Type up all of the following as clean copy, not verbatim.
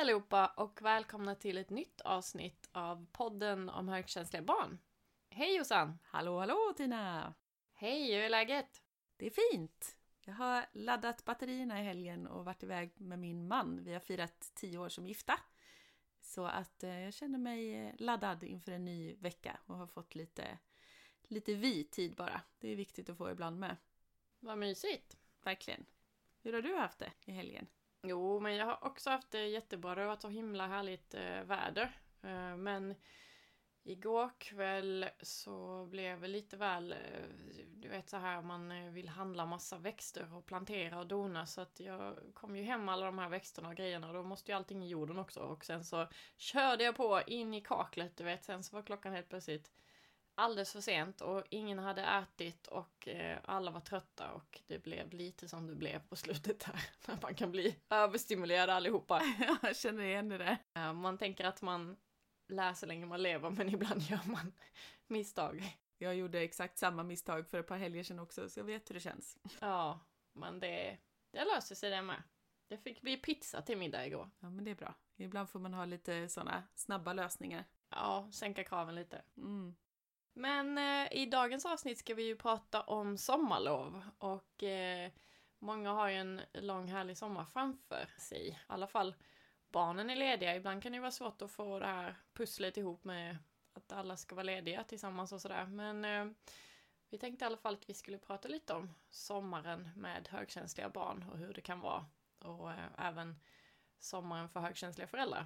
allihopa och välkomna till ett nytt avsnitt av podden om högkänsliga barn. Hej Jossan! Hallå Tina! Hej, hur är läget? Det är fint! Jag har laddat batterierna i helgen och varit iväg med min man. Vi har firat 10 år som gifta. Så att jag känner mig laddad inför en ny vecka och har fått lite vi-tid bara. Det är viktigt att få ibland med. Vad mysigt! Verkligen. Hur har du haft det i helgen? Jo, men jag har också haft det jättebra. Det har varit så himla härligt väder. Men igår kväll så blev det lite väl, du vet så här, man vill handla massa växter och plantera och dona. Så att jag kom ju hem alla de här växterna och grejerna och då måste ju allting i jorden också. Och sen så körde jag på in i kaklet, du vet. Sen så var klockan helt plötsligt alldeles för sent och ingen hade ätit och alla var trötta och det blev lite som det blev på slutet här. När man kan bli överstimulerad allihopa. Jag känner igen det där. Man tänker att man lär så länge man lever men ibland gör man misstag. Jag gjorde exakt samma misstag för ett par helger sedan också så jag vet hur det känns. Ja, men det löser sig det med. Det fick bli pizza till middag igår. Ja, men det är bra. Ibland får man ha lite sådana snabba lösningar. Ja, sänka kraven lite. Mm. Men i dagens avsnitt ska vi ju prata om sommarlov och många har ju en lång härlig sommar framför sig. I alla fall barnen är lediga. Ibland kan det vara svårt att få det här pusslet ihop med att alla ska vara lediga tillsammans och sådär. Men vi tänkte i alla fall att vi skulle prata lite om sommaren med högkänsliga barn och hur det kan vara. Och även sommaren för högkänsliga föräldrar.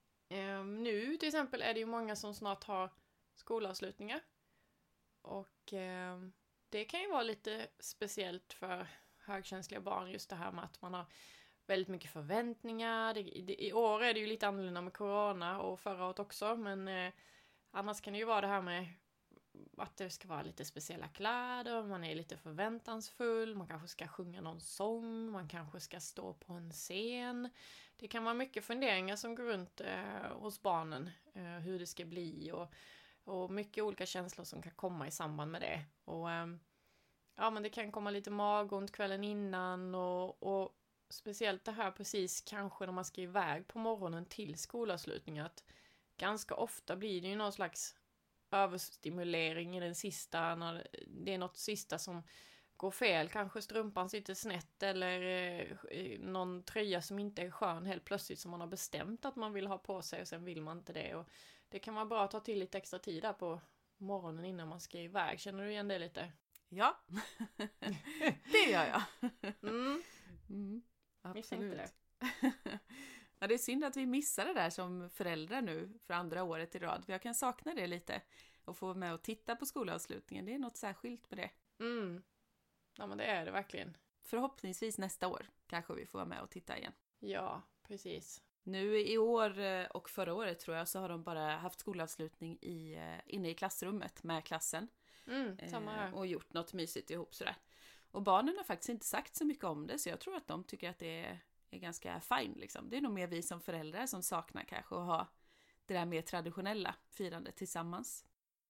Nu till exempel är det ju många som snart har skolavslutningar. Och det kan ju vara lite speciellt för högkänsliga barn just det här med att man har väldigt mycket förväntningar. I år är det ju lite annorlunda med corona och förra året också. Men annars kan det ju vara det här med att det ska vara lite speciella kläder. Man är lite förväntansfull. Man kanske ska sjunga någon sång. Man kanske ska stå på en scen. Det kan vara mycket funderingar som går runt hos barnen. Hur det ska bli och mycket olika känslor som kan komma i samband med det. Och ja, men det kan komma lite magont kvällen innan och speciellt det här precis kanske när man ska iväg på morgonen till skolavslutningen. Att ganska ofta blir det ju någon slags överstimulering i den sista, när det är något sista som går fel. Kanske strumpan sitter snett eller någon tröja som inte är skön helt plötsligt som man har bestämt att man vill ha på sig och sen vill man inte det. Och det kan vara bra att ta till lite extra tid där på morgonen innan man ska iväg. Känner du igen det lite? Ja, det gör jag. Absolut. Det. Ja, det är synd att vi missar det där som föräldrar nu för andra året i rad. För jag kan sakna det lite. Och få vara med och titta på skolavslutningen. Det är något särskilt med det. Ja, men det är det verkligen. Förhoppningsvis nästa år kanske vi får vara med och titta igen. Ja, precis. Nu i år och förra året tror jag så har de bara haft skolavslutning inne i klassrummet med klassen. Samma här. Och gjort något mysigt ihop sådär. Och barnen har faktiskt inte sagt så mycket om det så jag tror att de tycker att det är ganska fint liksom. Det är nog mer vi som föräldrar som saknar kanske att ha det där mer traditionella firandet tillsammans.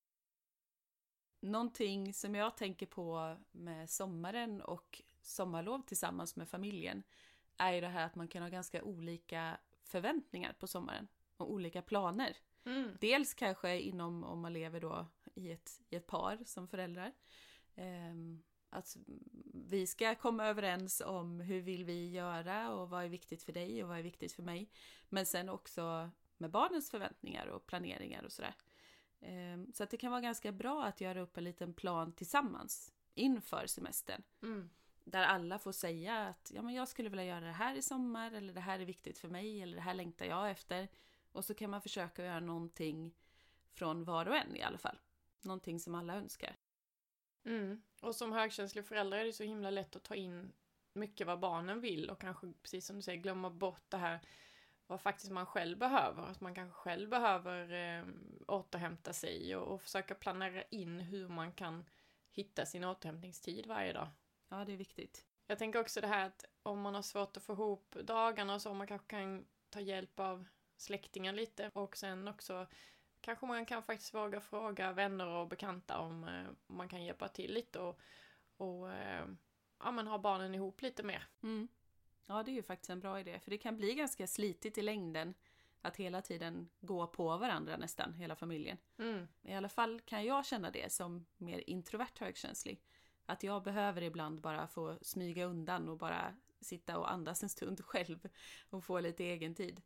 Någonting som jag tänker på med sommaren och sommarlov tillsammans med familjen är ju det här att man kan ha ganska olika förväntningar på sommaren och olika planer. Dels kanske inom om man lever då i ett par som föräldrar. Att vi ska komma överens om hur vill vi göra och vad är viktigt för dig och vad är viktigt för mig. Men sen också med barnens förväntningar och planeringar och sådär. Så att det kan vara ganska bra att göra upp en liten plan tillsammans inför semestern. Där alla får säga att ja, men jag skulle vilja göra det här i sommar eller det här är viktigt för mig eller det här längtar jag efter. Och så kan man försöka göra någonting från var och en i alla fall. Någonting som alla önskar. Och som högkänslig förälder är det så himla lätt att ta in mycket vad barnen vill och kanske, precis som du säger, glömma bort det här vad faktiskt man själv behöver. Att man kanske själv behöver återhämta sig och försöka planera in hur man kan hitta sin återhämtningstid varje dag. Ja, det är viktigt. Jag tänker också det här att om man har svårt att få ihop dagarna och så, man kanske kan ta hjälp av släktingar lite och sen också kanske man kan faktiskt våga fråga vänner och bekanta om man kan hjälpa till lite och ja, men ha barnen ihop lite mer. Ja, det är ju faktiskt en bra idé. För det kan bli ganska slitigt i längden att hela tiden gå på varandra nästan, hela familjen. I alla fall kan jag känna det som mer introvert högkänslig. Att jag behöver ibland bara få smyga undan och bara sitta och andas en stund själv och få lite egen tid.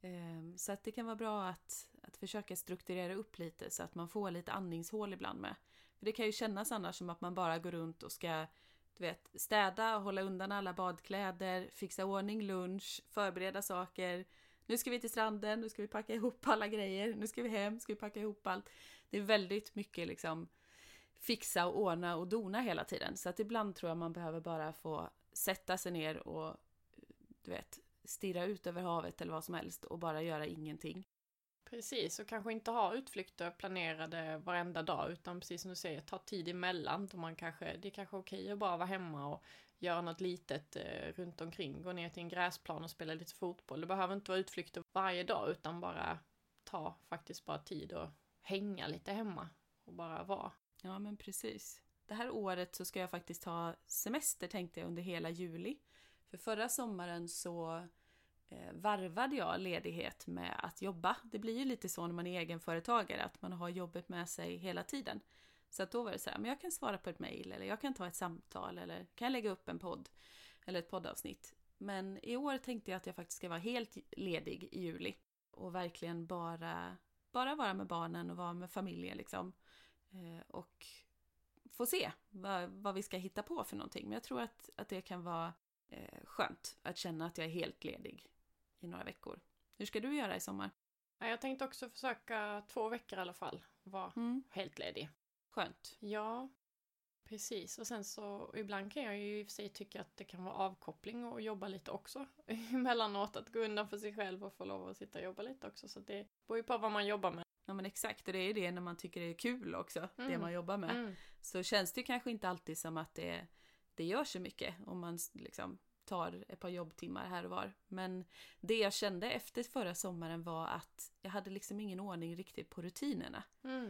Så att det kan vara bra att försöka strukturera upp lite så att man får lite andningshål ibland med. För det kan ju kännas annars som att man bara går runt och ska, du vet, städa, hålla undan alla badkläder, fixa ordning lunch, förbereda saker. Nu ska vi till stranden, nu ska vi packa ihop alla grejer, nu ska vi hem, ska vi packa ihop allt. Det är väldigt mycket liksom fixa och ordna och dona hela tiden. Så att ibland tror jag man behöver bara få sätta sig ner och, du vet, stirra ut över havet eller vad som helst och bara göra ingenting. Precis, och kanske inte ha utflykter planerade varenda dag, utan precis som du säger, ta tid emellan. Då det är kanske okej att bara vara hemma och göra något litet runt omkring. Gå ner till en gräsplan och spela lite fotboll. Det behöver inte vara utflykter varje dag, utan bara faktiskt bara tid och hänga lite hemma och bara vara. Ja, men precis. Det här året så ska jag faktiskt ha semester, tänkte jag, under hela juli. För förra sommaren så varvade jag ledighet med att jobba. Det blir ju lite så när man är egenföretagare, att man har jobbet med sig hela tiden. Så att då var det så här, men jag kan svara på ett mejl, eller jag kan ta ett samtal, eller kan lägga upp en podd eller ett poddavsnitt. Men i år tänkte jag att jag faktiskt ska vara helt ledig i juli och verkligen bara vara med barnen och vara med familjen liksom. Och få se vad vi ska hitta på för någonting. Men jag tror att det kan vara skönt att känna att jag är helt ledig i några veckor. Hur ska du göra i sommar? Jag tänkte också försöka 2 veckor i alla fall vara helt ledig. Skönt. Ja, precis. Och sen så ibland kan jag ju i och för sig tycka att det kan vara avkoppling och jobba lite också emellanåt, att gå undan för sig själv och få lov att sitta och jobba lite också. Så det beror ju på vad man jobbar med. Ja, men exakt, och det är det när man tycker det är kul också, det man jobbar med. Så känns det ju kanske inte alltid som att det gör så mycket om man liksom tar ett par jobbtimmar här och var. Men det jag kände efter förra sommaren var att jag hade liksom ingen ordning riktigt på rutinerna.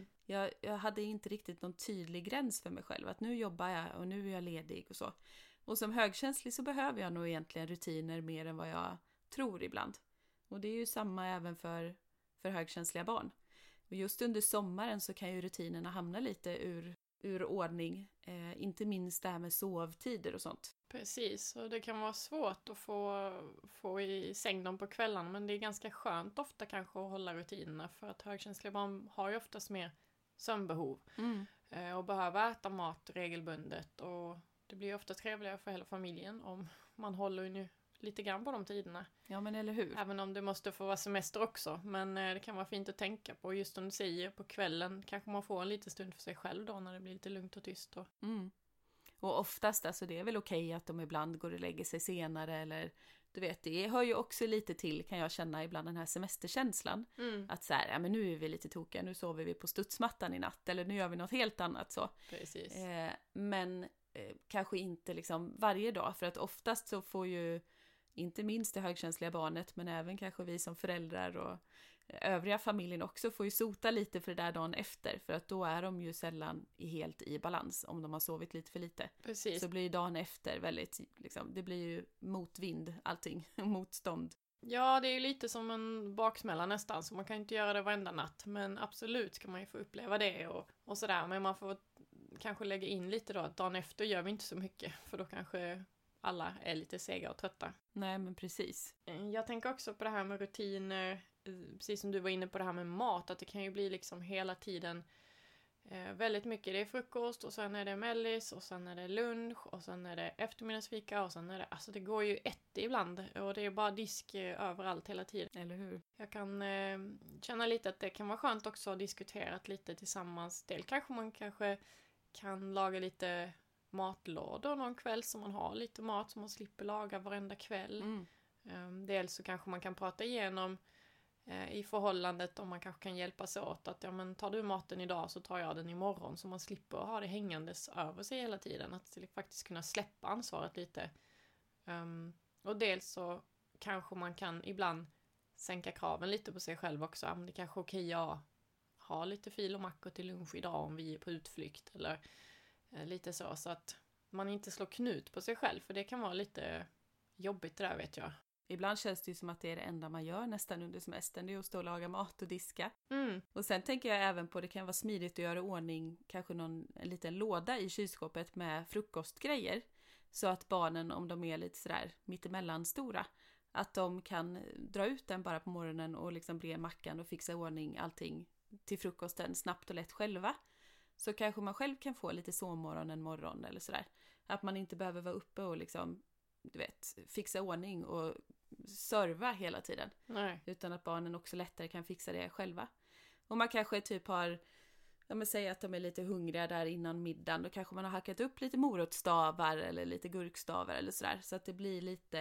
Jag hade inte riktigt någon tydlig gräns för mig själv, att nu jobbar jag och nu är jag ledig och så. Och som högkänslig så behöver jag nog egentligen rutiner mer än vad jag tror ibland. Och det är ju samma även för högkänsliga barn. Och just under sommaren så kan ju rutinerna hamna lite ur ordning. Inte minst det här med sovtider och sånt. Precis, och det kan vara svårt att få i säng dem på kvällarna, men det är ganska skönt ofta kanske att hålla rutinerna, för att högkänsliga barn har ju oftast mer sömnbehov och behöver äta mat regelbundet, och det blir ofta trevligare för hela familjen om man håller nu lite grann på de tiderna. Ja, men eller hur? Även om det måste få vara semester också. Men det kan vara fint att tänka på. Just som du säger, på kvällen kanske man får en liten stund för sig själv då, när det blir lite lugnt och tyst. Och oftast, alltså det är väl okej att de ibland går och lägger sig senare, eller du vet, det hör ju också lite till, kan jag känna ibland, den här semesterkänslan. Att så här, ja men nu är vi lite tokiga, nu sover vi på studsmattan i natt, eller nu gör vi något helt annat så. Precis. Men kanske inte liksom varje dag, för att oftast så får ju inte minst det högkänsliga barnet, men även kanske vi som föräldrar och övriga familjen också, får ju sota lite för det där dagen efter, för att då är de ju sällan helt i balans om de har sovit lite för lite. Precis. Så blir ju dagen efter väldigt, liksom, det blir ju motvind allting, motstånd. Ja, det är ju lite som en baksmälla nästan, så man kan inte göra det varenda natt, men absolut ska man ju få uppleva det och sådär, men man får kanske lägga in lite då att dagen efter gör vi inte så mycket, för då kanske alla är lite sega och trötta. Nej, men precis. Jag tänker också på det här med rutiner, precis som du var inne på det här med mat, att det kan ju bli liksom hela tiden väldigt mycket. Det är frukost och sen är det mellis och sen är det lunch och sen är det eftermiddagsfika och sen är det, alltså det går ju ibland och det är bara disk överallt hela tiden. Eller hur? Jag kan känna lite att det kan vara skönt också att diskutera lite tillsammans. Kanske man kan laga lite matlådor någon kväll, så man har lite mat som man slipper laga varenda kväll. Dels så kanske man kan prata igenom i förhållandet, om man kanske kan hjälpas åt att, ja men tar du maten idag så tar jag den imorgon, så man slipper ha det hängandes över sig hela tiden, att faktiskt kunna släppa ansvaret lite. Och dels så kanske man kan ibland sänka kraven lite på sig själv också. Men det kanske är okej att ha lite fil och mackor till lunch idag om vi är på utflykt, eller lite så att man inte slår knut på sig själv, för det kan vara lite jobbigt det där, vet jag. Ibland känns det ju som att det är det enda man gör nästan under semestern. Det är att stå och laga mat och diska. Mm. Och sen tänker jag även på, det kan vara smidigt att göra i ordning kanske en liten låda i kylskåpet med frukostgrejer. Så att barnen, om de är lite sådär mittemellan stora, att de kan dra ut den bara på morgonen och liksom bre mackan och fixa i ordning allting till frukosten snabbt och lätt själva. Så kanske man själv kan få lite sovmorgon en morgon eller sådär. Att man inte behöver vara uppe och liksom, du vet, fixa ordning och serva hela tiden. Nej. Utan att barnen också lättare kan fixa det själva. Och man kanske typ har, säger att de är lite hungriga där innan middagen. Då kanske man har hackat upp lite morotstavar eller lite gurkstavar eller sådär. Så att det blir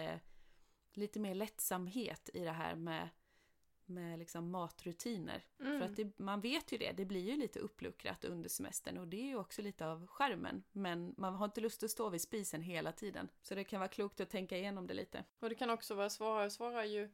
lite mer lättsamhet i det här med liksom matrutiner. För att man vet ju det blir ju lite uppluckrat under semestern och det är ju också lite av skärmen. Men man har inte lust att stå vid spisen hela tiden. Så det kan vara klokt att tänka igenom det lite. Och det kan också vara svårare ju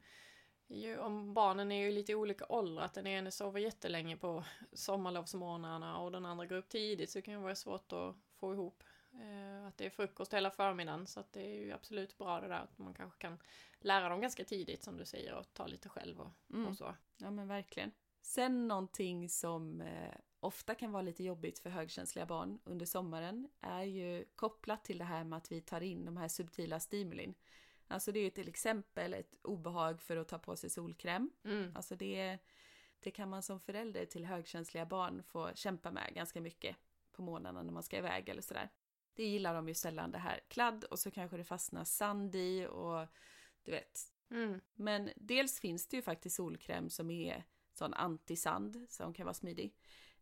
om barnen är ju lite olika åldrar. Att den ene sover jättelänge på sommarlovsmorgnarna och den andra går upp tidigt, så det kan vara svårt att få ihop. Att det är frukost hela förmiddagen, så att det är ju absolut bra det där att man kanske kan lära dem ganska tidigt, som du säger, och ta lite själv och så. Ja, men verkligen. Sen någonting som ofta kan vara lite jobbigt för högkänsliga barn under sommaren är ju kopplat till det här med att vi tar in de här subtila stimulin. Alltså det är ju till exempel ett obehag för att ta på sig solkräm. Alltså det kan man som förälder till högkänsliga barn få kämpa med ganska mycket på morgnarna när man ska iväg eller sådär. Det gillar de ju sällan, det här kladd, och så kanske det fastnar sand i och du vet. Men dels finns det ju faktiskt solkräm som är sån antisand som kan vara smidig.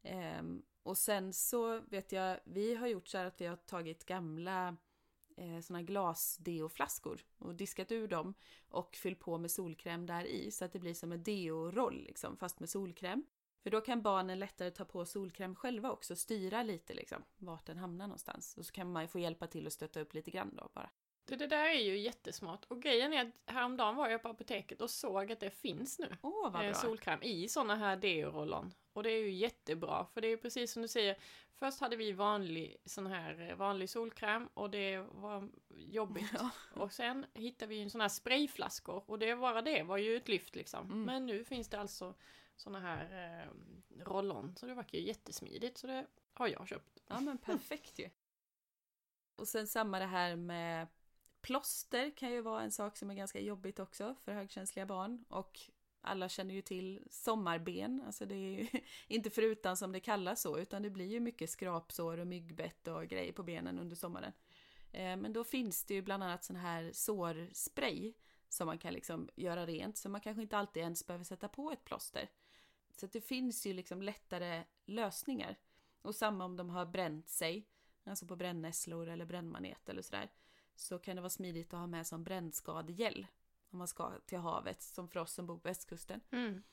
Och sen så vet jag, vi har gjort så här att vi har tagit gamla såna glasdeoflaskor och diskat ur dem och fyllt på med solkräm där i, så att det blir som en deo-roll liksom, fast med solkräm. För då kan barnen lättare ta på solkräm själva också, styra lite liksom vart den hamnar någonstans. Och så kan man ju få hjälpa till att stötta upp lite grann då bara. Det där är ju jättesmart. Och grejen är att häromdagen var jag på apoteket och såg att det finns nu Vad bra. solkräm i såna här deo-rollon. Och det är ju jättebra, för det är precis som du säger. Först hade vi vanlig solkräm och det var jobbigt. Ja. Och sen hittade vi en sån här sprayflaskor och det var ju ett lyft liksom. Men nu finns det alltså såna här rollon, så det verkar ju jättesmidigt, så det har jag köpt. Ja, men perfekt ju. Och sen samma det här med plåster kan ju vara en sak som är ganska jobbigt också för högkänsliga barn, och alla känner ju till sommarben, alltså det är ju inte förutan som det kallas så, utan det blir ju mycket skrapsår och myggbett och grejer på benen under sommaren. Men då finns det ju bland annat sån här sårspray som man kan liksom göra rent, så man kanske inte alltid ens behöver sätta på ett plåster. Så att det finns ju liksom lättare lösningar. Och samma om de har bränt sig, alltså på brännässlor eller brännmanet eller sådär, så kan det vara smidigt att ha med som brännskadegel om man ska till havet, som för oss som bor på västkusten.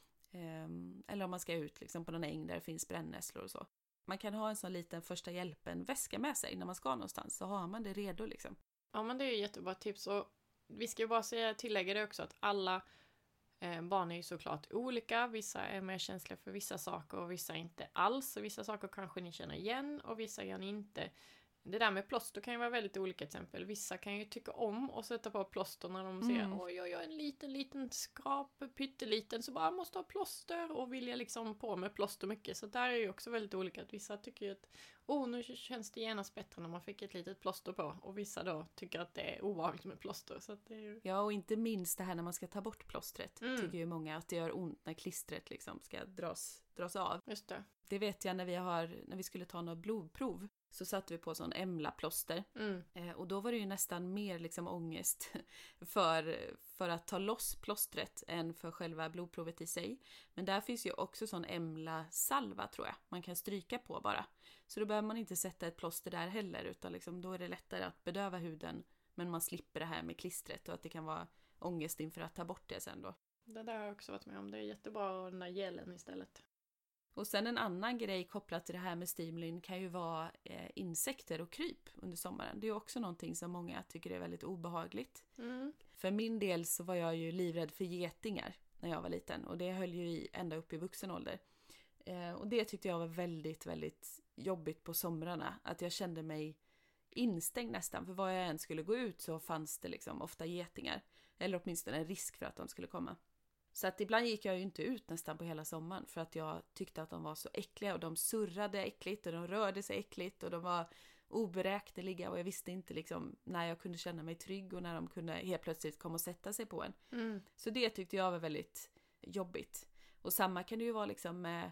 Eller om man ska ut liksom på någon äng där det finns brännässlor och så. Man kan ha en sån liten första hjälpen-väska med sig när man ska någonstans, så har man det redo liksom. Ja, men det är ju jättebra tips, och vi ska ju bara tillägga det också att alla barn är ju såklart olika. Vissa är mer känsliga för vissa saker och vissa inte alls. Och vissa saker kanske ni känner igen och vissa gör ni inte. Det där med plåster kan ju vara väldigt olika exempel. Vissa kan ju tycka om att sätta på plåster när de ser oj, en liten skrap, pytteliten, så bara måste ha plåster och vilja liksom på med plåster mycket. Så där är ju också väldigt olika. Att vissa tycker ju att nu känns det genast bättre när man fick ett litet plåster på. Och vissa då tycker att det är ovanligt med plåster. Så att det är ju... Ja, och inte minst det här när man ska ta bort plåstret. Tycker ju många att det gör ont när klistret liksom ska dras av. Just det. Det vet jag när vi skulle ta något blodprov. Så satte vi på sån emlaplåster. Och då var det ju nästan mer liksom ångest för att ta loss plåstret än för själva blodprovet i sig. Men där finns ju också sån emlasalva, tror jag. Man kan stryka på bara. Så då behöver man inte sätta ett plåster där heller, utan liksom då är det lättare att bedöva huden. Men man slipper det här med klistret och att det kan vara ångest inför att ta bort det sen då. Det där har jag också varit med om. Det är jättebra att den där gelen istället. Och sen en annan grej kopplat till det här med stimulin kan ju vara insekter och kryp under sommaren. Det är också någonting som många tycker är väldigt obehagligt. För min del så var jag ju livrädd för getingar när jag var liten. Och det höll ju i ända upp i vuxen ålder. Och det tyckte jag var väldigt, väldigt jobbigt på somrarna. Att jag kände mig instängd nästan. För var jag än skulle gå ut så fanns det liksom ofta getingar. Eller åtminstone en risk för att de skulle komma. Så att ibland gick jag ju inte ut nästan på hela sommaren. För att jag tyckte att de var så äckliga. Och de surrade äckligt och de rörde sig äckligt. Och de var oberäkneliga. Och jag visste inte liksom när jag kunde känna mig trygg. Och när de kunde helt plötsligt komma och sätta sig på en. Så det tyckte jag var väldigt jobbigt. Och samma kan det ju vara liksom med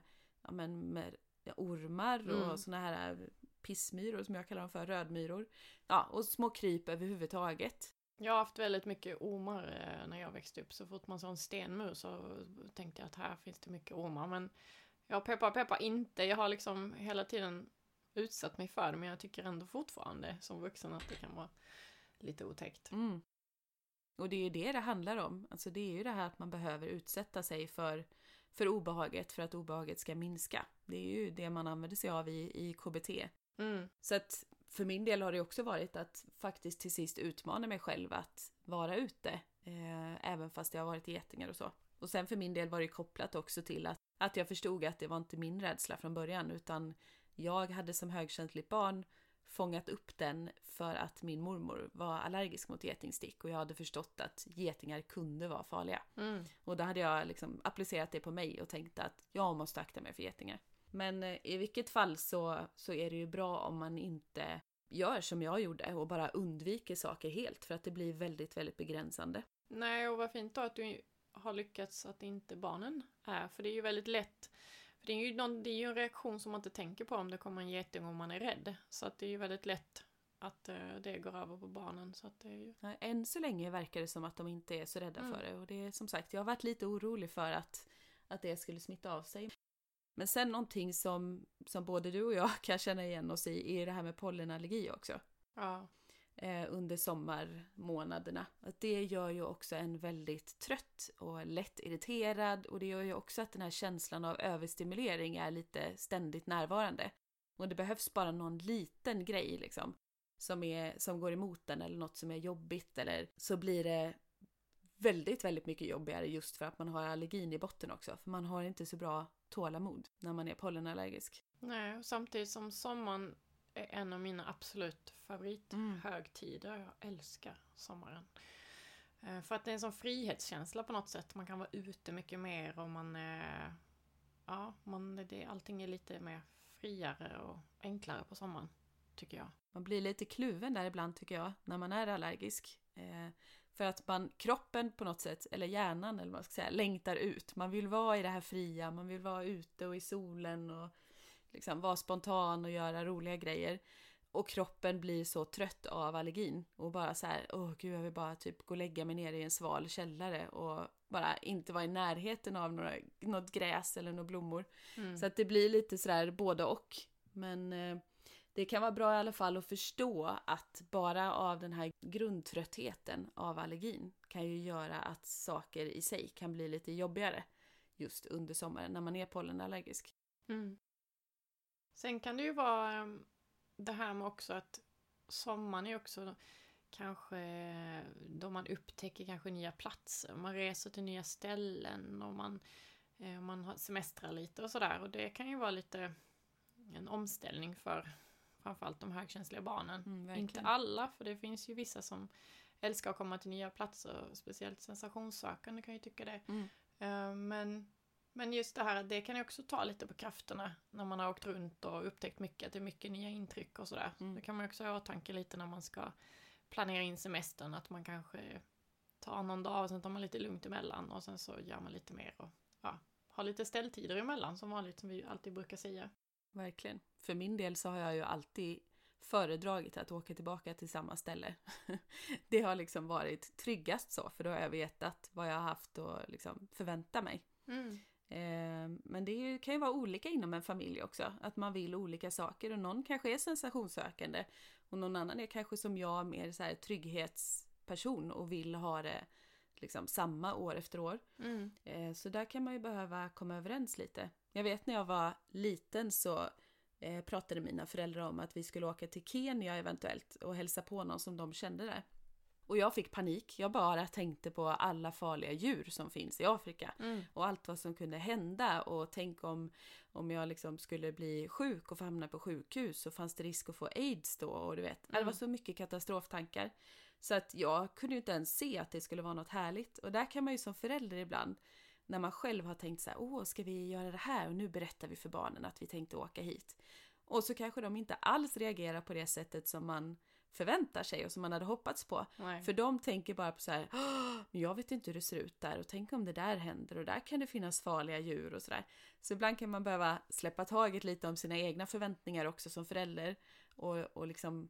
ormar och såna här pissmyror som jag kallar dem för, rödmyror. Ja, och små kryp överhuvudtaget. Jag har haft väldigt mycket ormar när jag växte upp. Så fort man såg en stenmur så tänkte jag att här finns det mycket ormar. Men jag peppar inte. Jag har liksom hela tiden utsatt mig för det. Men jag tycker ändå fortfarande som vuxen att det kan vara lite otäckt. Och det är ju det handlar om. Alltså det är ju det här att man behöver utsätta sig för obehaget för att obehaget ska minska. Det är ju det man använder sig av i KBT. Så att för min del har det också varit att faktiskt till sist utmana mig själv att vara ute. Även fast det har varit getingar och så. Och sen för min del var det kopplat också till att jag förstod att det var inte min rädsla från början. Utan jag hade som högkänsligt barn fångat upp den för att min mormor var allergisk mot getingstick. Och jag hade förstått att getingar kunde vara farliga. Och då hade jag liksom applicerat det på mig och tänkt att jag måste akta mig för getingar. Men i vilket fall så är det ju bra om man inte gör som jag gjorde och bara undviker saker helt. För att det blir väldigt, väldigt begränsande. Nej, och vad fint då att du har lyckats att inte barnen är. För det är ju väldigt lätt. För det är ju en reaktion som man inte tänker på om det kommer en geting och man är rädd. Så att det är ju väldigt lätt att det går över på barnen. Så att det är ju... Än så länge verkar det som att de inte är så rädda för det. Och det är som sagt, jag har varit lite orolig för att det skulle smitta av sig. Men sen någonting som både du och jag kan känna igen oss i är det här med pollenallergi också. Ja. Under sommarmånaderna. Att det gör ju också en väldigt trött och lätt irriterad. Och det gör ju också att den här känslan av överstimulering är lite ständigt närvarande. Och det behövs bara någon liten grej liksom. Som går emot den eller något som är jobbigt. Eller så blir det väldigt, väldigt mycket jobbigare just för att man har allergin i botten också. För man har inte så bra tålamod när man är pollenallergisk. Nej, och samtidigt som sommaren är en av mina absolut favorithögtider. Jag älskar sommaren. För att det är en sån frihetskänsla på något sätt. Man kan vara ute mycket mer och allting är lite mer friare och enklare på sommaren, tycker jag. Man blir lite kluven där ibland tycker jag, när man är allergisk. För att kroppen på något sätt, eller hjärnan eller vad man ska säga, längtar ut. Man vill vara i det här fria, man vill vara ute och i solen och liksom vara spontan och göra roliga grejer. Och kroppen blir så trött av allergin och bara så här, gud jag vill bara typ gå och lägga mig ner i en sval källare och bara inte vara i närheten av något gräs eller några blommor. Så att det blir lite sådär både och. Men det kan vara bra i alla fall att förstå att bara av den här grundtröttheten av allergin kan ju göra att saker i sig kan bli lite jobbigare just under sommaren när man är pollenallergisk. Sen kan det ju vara det här med också att sommaren är också kanske då man upptäcker kanske nya platser. Man reser till nya ställen och man har semestrar lite och sådär. Och det kan ju vara lite en omställning för framförallt de högkänsliga barnen. Inte alla, för det finns ju vissa som älskar att komma till nya platser. Speciellt sensationssökande kan ju tycka det. Men just det här, det kan ju också ta lite på krafterna när man har åkt runt och upptäckt mycket. Att det är mycket nya intryck och sådär. Det kan man också ha tanke lite när man ska planera in semestern. Att man kanske tar någon dag och sen tar man lite lugnt emellan. Och sen så gör man lite mer och har lite ställtider emellan som vanligt som vi alltid brukar säga. Verkligen. För min del så har jag ju alltid föredragit att åka tillbaka till samma ställe. Det har liksom varit tryggast så, för då har jag vetat vad jag har haft och liksom förvänta mig. Men det kan ju vara olika inom en familj också. Att man vill olika saker och någon kanske är sensationssökande och någon annan är kanske som jag mer så här trygghetsperson och vill ha det liksom samma år efter år. Så där kan man ju behöva komma överens lite. Jag vet när jag var liten så pratade mina föräldrar om att vi skulle åka till Kenya eventuellt och hälsa på någon som de kände där. Och jag fick panik. Jag bara tänkte på alla farliga djur som finns i Afrika. Och allt vad som kunde hända. Och tänk om jag liksom skulle bli sjuk och få hamna på sjukhus. Så fanns det risk att få AIDS då. Och du vet, det var så mycket katastroftankar. Så att jag kunde ju inte ens se att det skulle vara något härligt. Och där kan man ju som förälder ibland, när man själv har tänkt så här, ska vi göra det här? Och nu berättar vi för barnen att vi tänkte åka hit. Och så kanske de inte alls reagerar på det sättet som man förväntar sig och som man hade hoppats på. Nej. För de tänker bara på så här, men jag vet inte hur det ser ut där och tänk om det där händer och där kan det finnas farliga djur och sådär. Så ibland kan man behöva släppa taget lite om sina egna förväntningar också som förälder och liksom,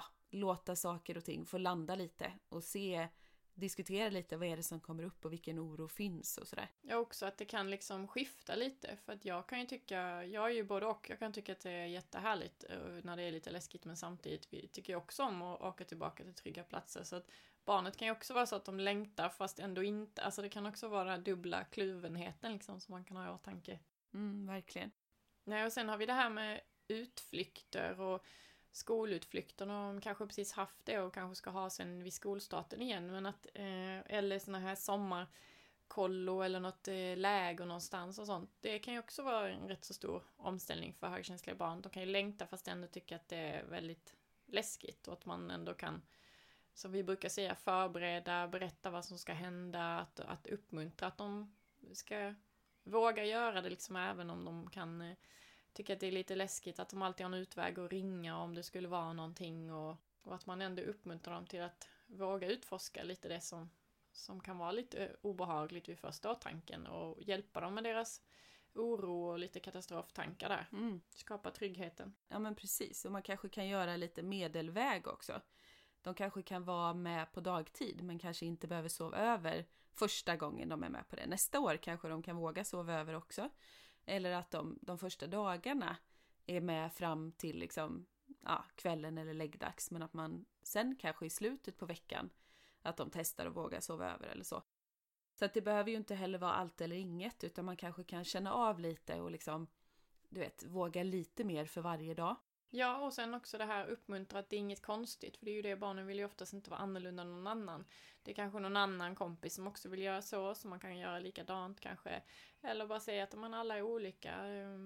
låta saker och ting få landa lite och diskutera lite vad är det som kommer upp och vilken oro finns och sådär. Ja, också att det kan liksom skifta lite. För att jag kan ju tycka, jag är ju både och, jag kan tycka att det är jättehärligt när det är lite läskigt, men samtidigt tycker jag också om att åka tillbaka till trygga platser. Så att barnet kan ju också vara så att de längtar fast ändå inte. Alltså det kan också vara den här dubbla kluvenheten liksom som man kan ha i åtanke. Verkligen. Nej, och sen har vi det här med utflykter och skolutflykter, och de kanske precis haft det och kanske ska ha sen vid skolstarten igen, men att eller såna här sommarkollo eller något läger någonstans och sånt. Det kan ju också vara en rätt så stor omställning för högkänsliga barn. De kan ju längta fast ändå tycka att det är väldigt läskigt och att man ändå kan, som vi brukar säga, förbereda, berätta vad som ska hända, att uppmuntra att de ska våga göra det liksom, även om de kan tycker att det är lite läskigt, att de alltid har en utväg att ringa om det skulle vara någonting, och att man ändå uppmuntrar dem till att våga utforska lite det som kan vara lite obehagligt vid första åtanken och hjälpa dem med deras oro och lite katastroftankar där. Skapa tryggheten. Ja, men precis. Och man kanske kan göra lite medelväg också. De kanske kan vara med på dagtid men kanske inte behöver sova över första gången de är med på det. Nästa år kanske de kan våga sova över också. Eller att de första dagarna är med fram till liksom, kvällen eller läggdags. Men att man sen kanske i slutet på veckan att de testar och vågar sova över eller så. Så att det behöver ju inte heller vara allt eller inget. Utan man kanske kan känna av lite och liksom, du vet, våga lite mer för varje dag. Ja, och sen också det här uppmuntra att det är inget konstigt. För det är ju det, barnen vill ju oftast inte vara annorlunda än någon annan. Det är kanske någon annan kompis som också vill göra så man kan göra likadant kanske. Eller bara säga att man alla är olika,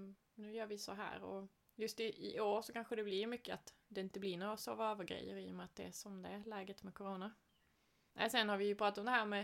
nu gör vi så här. Och just i år så kanske det blir mycket att det inte blir några sova över-grejer i och med att det är som det är läget med corona. Sen har vi ju pratat om det här med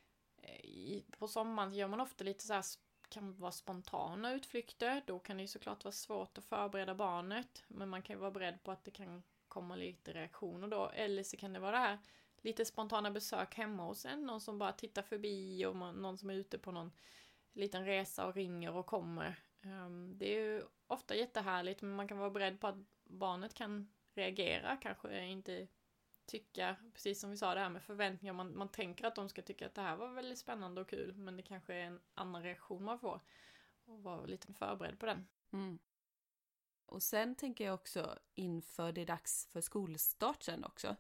på sommaren gör man ofta lite så här, kan vara spontana utflykter. Då kan det ju såklart vara svårt att förbereda barnet. Men man kan ju vara beredd på att det kan komma lite reaktioner då. Eller så kan det vara det här lite spontana besök hemma hos en. Någon som bara tittar förbi och någon som är ute på någon liten resa och ringer och kommer. Det är ju ofta jättehärligt, men man kan vara beredd på att barnet kan reagera. Kanske inte tycka, precis som vi sa det här med förväntningar. Man tänker att de ska tycka att det här var väldigt spännande och kul, men det kanske är en annan reaktion man får. Och vara lite förberedd på den. Och sen tänker jag också inför det är dags för skolstart sen också.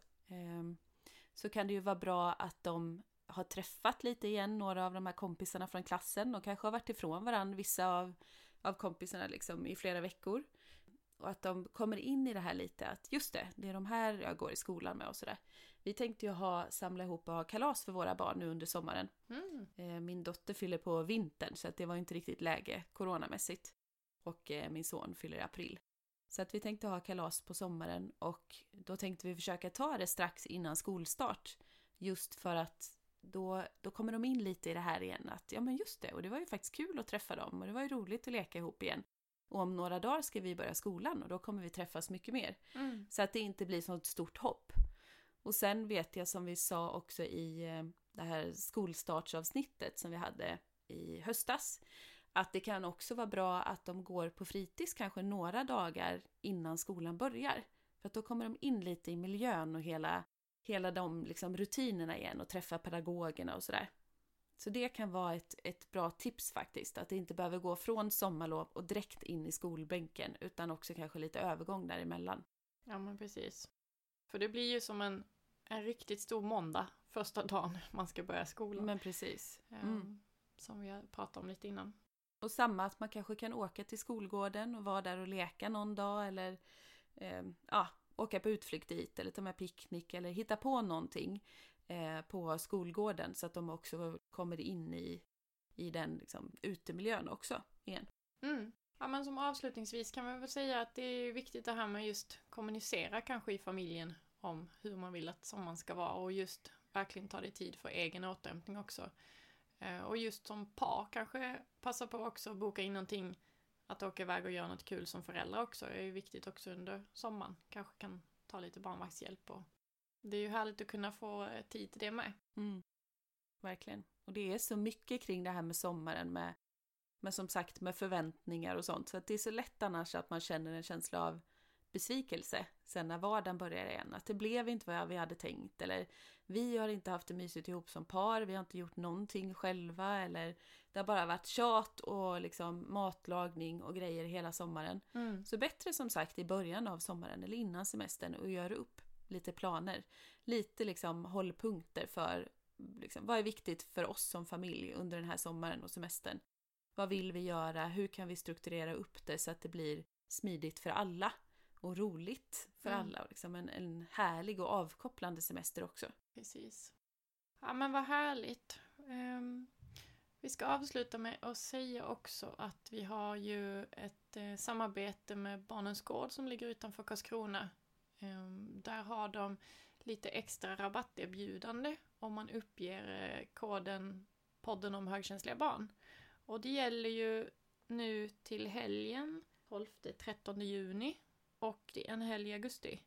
Så kan det ju vara bra att de har träffat lite igen några av de här kompisarna från klassen och kanske har varit ifrån varandra, vissa av kompisarna liksom i flera veckor. Och att de kommer in i det här lite, att just det är de här jag går i skolan med och sådär. Vi tänkte ju samla ihop och ha kalas för våra barn nu under sommaren. Min dotter fyller på vintern så att det var inte riktigt läge coronamässigt. Och min son fyller i april. Så att vi tänkte ha kalas på sommaren och då tänkte vi försöka ta det strax innan skolstart. Just för att då kommer de in lite i det här igen. Att ja men just det, och det var ju faktiskt kul att träffa dem och det var ju roligt att leka ihop igen. Och om några dagar ska vi börja skolan och då kommer vi träffas mycket mer. Så att det inte blir sånt stort hopp. Och sen vet jag som vi sa också i det här skolstartsavsnittet som vi hade i höstas. Att det kan också vara bra att de går på fritids kanske några dagar innan skolan börjar. För att då kommer de in lite i miljön och hela de liksom rutinerna igen och träffa pedagogerna och sådär. Så det kan vara ett bra tips faktiskt. Att det inte behöver gå från sommarlov och direkt in i skolbänken. Utan också kanske lite övergång däremellan. Ja men precis. För det blir ju som en riktigt stor måndag första dagen man ska börja skolan. Men precis. Som vi har pratat om lite innan. Och samma att man kanske kan åka till skolgården och vara där och leka någon dag. Eller åka på utflykt dit eller ta med picknick eller hitta på någonting på skolgården så att de också kommer in i den liksom, utemiljön också igen. Ja, men som avslutningsvis kan man väl säga att det är viktigt det här med just kommunicera kanske i familjen om hur man vill att sommaren ska vara och just verkligen ta det tid för egen återhämtning också. Och just som par kanske passa på också att boka in någonting att åka iväg och göra något kul som föräldrar också. Det är ju viktigt också under sommaren. Kanske kan ta lite barnvaktshjälp och det är ju härligt att kunna få tid till det med. Verkligen. Och det är så mycket kring det här med sommaren med som sagt med förväntningar och sånt. Så att det är så lätt annars att man känner en känsla av besvikelse sen när vardagen börjar igen. Att det blev inte vad vi hade tänkt. Eller vi har inte haft det mysigt ihop som par. Vi har inte gjort någonting själva. Eller det har bara varit tjat och liksom matlagning och grejer hela sommaren. Så bättre som sagt i början av sommaren eller innan semestern och göra upp lite planer. Lite liksom hållpunkter för liksom, vad är viktigt för oss som familj under den här sommaren och semestern. Vad vill vi göra? Hur kan vi strukturera upp det så att det blir smidigt för alla och roligt för alla och liksom en härlig och avkopplande semester också. Precis. Ja, men vad härligt. Vi ska avsluta med att säga också att vi har ju ett samarbete med Barnens Gård som ligger utanför Karlskrona. Där har de lite extra rabatterbjudande om man uppger koden podden om högkänsliga barn. Och det gäller ju nu till helgen 12-13 juni och det är en helg i augusti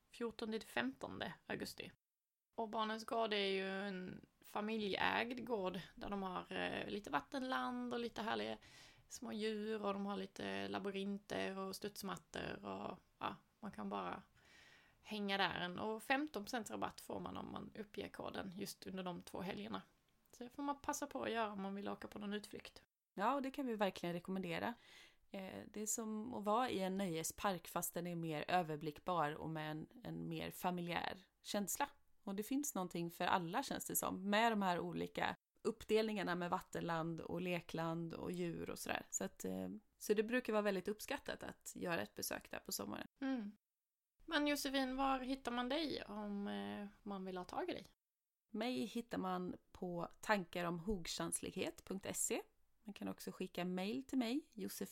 14-15 augusti. Och Barnens Gård är ju en familjeägd gård där de har lite vattenland och lite härliga små djur och de har lite labyrinter och studsmattor och ja, man kan bara hänga där. Och 15% rabatt får man om man uppger koden just under de 2 helgerna. Så det får man passa på att göra om man vill åka på någon utflykt. Ja, och det kan vi verkligen rekommendera. Det är som att vara i en nöjespark fast den är mer överblickbar och med en mer familjär känsla. Och det finns någonting för alla känns det som. Med de här olika uppdelningarna med vattenland och lekland och djur och sådär. Så det brukar vara väldigt uppskattat att göra ett besök där på sommaren. Men Josefin, var hittar man dig om man vill ha tag i dig? Mig hittar man på tankaromhogkänslighet.se. Man kan också skicka mejl till mig,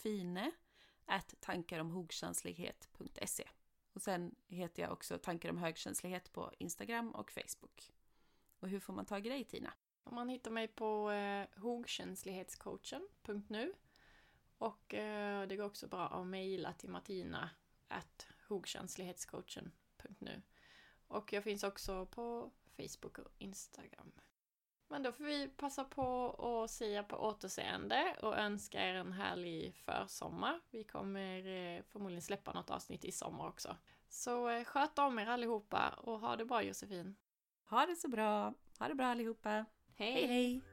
josefine@tankaromhogkänslighet.se. Och sen heter jag också Tankar om högkänslighet på Instagram och Facebook. Och hur får man tag i dig, Tina? Man hittar mig på hogkänslighetscoachen.nu och det går också bra att mejla till martina@hogkänslighetscoachen.nu. Och jag finns också på Facebook och Instagram. Men då får vi passa på att säga på återseende och önska er en härlig försommar. Vi kommer förmodligen släppa något avsnitt i sommar också. Så sköt om er allihopa och ha det bra, Josefin. Ha det så bra. Ha det bra allihopa. Hej! Hej, hej.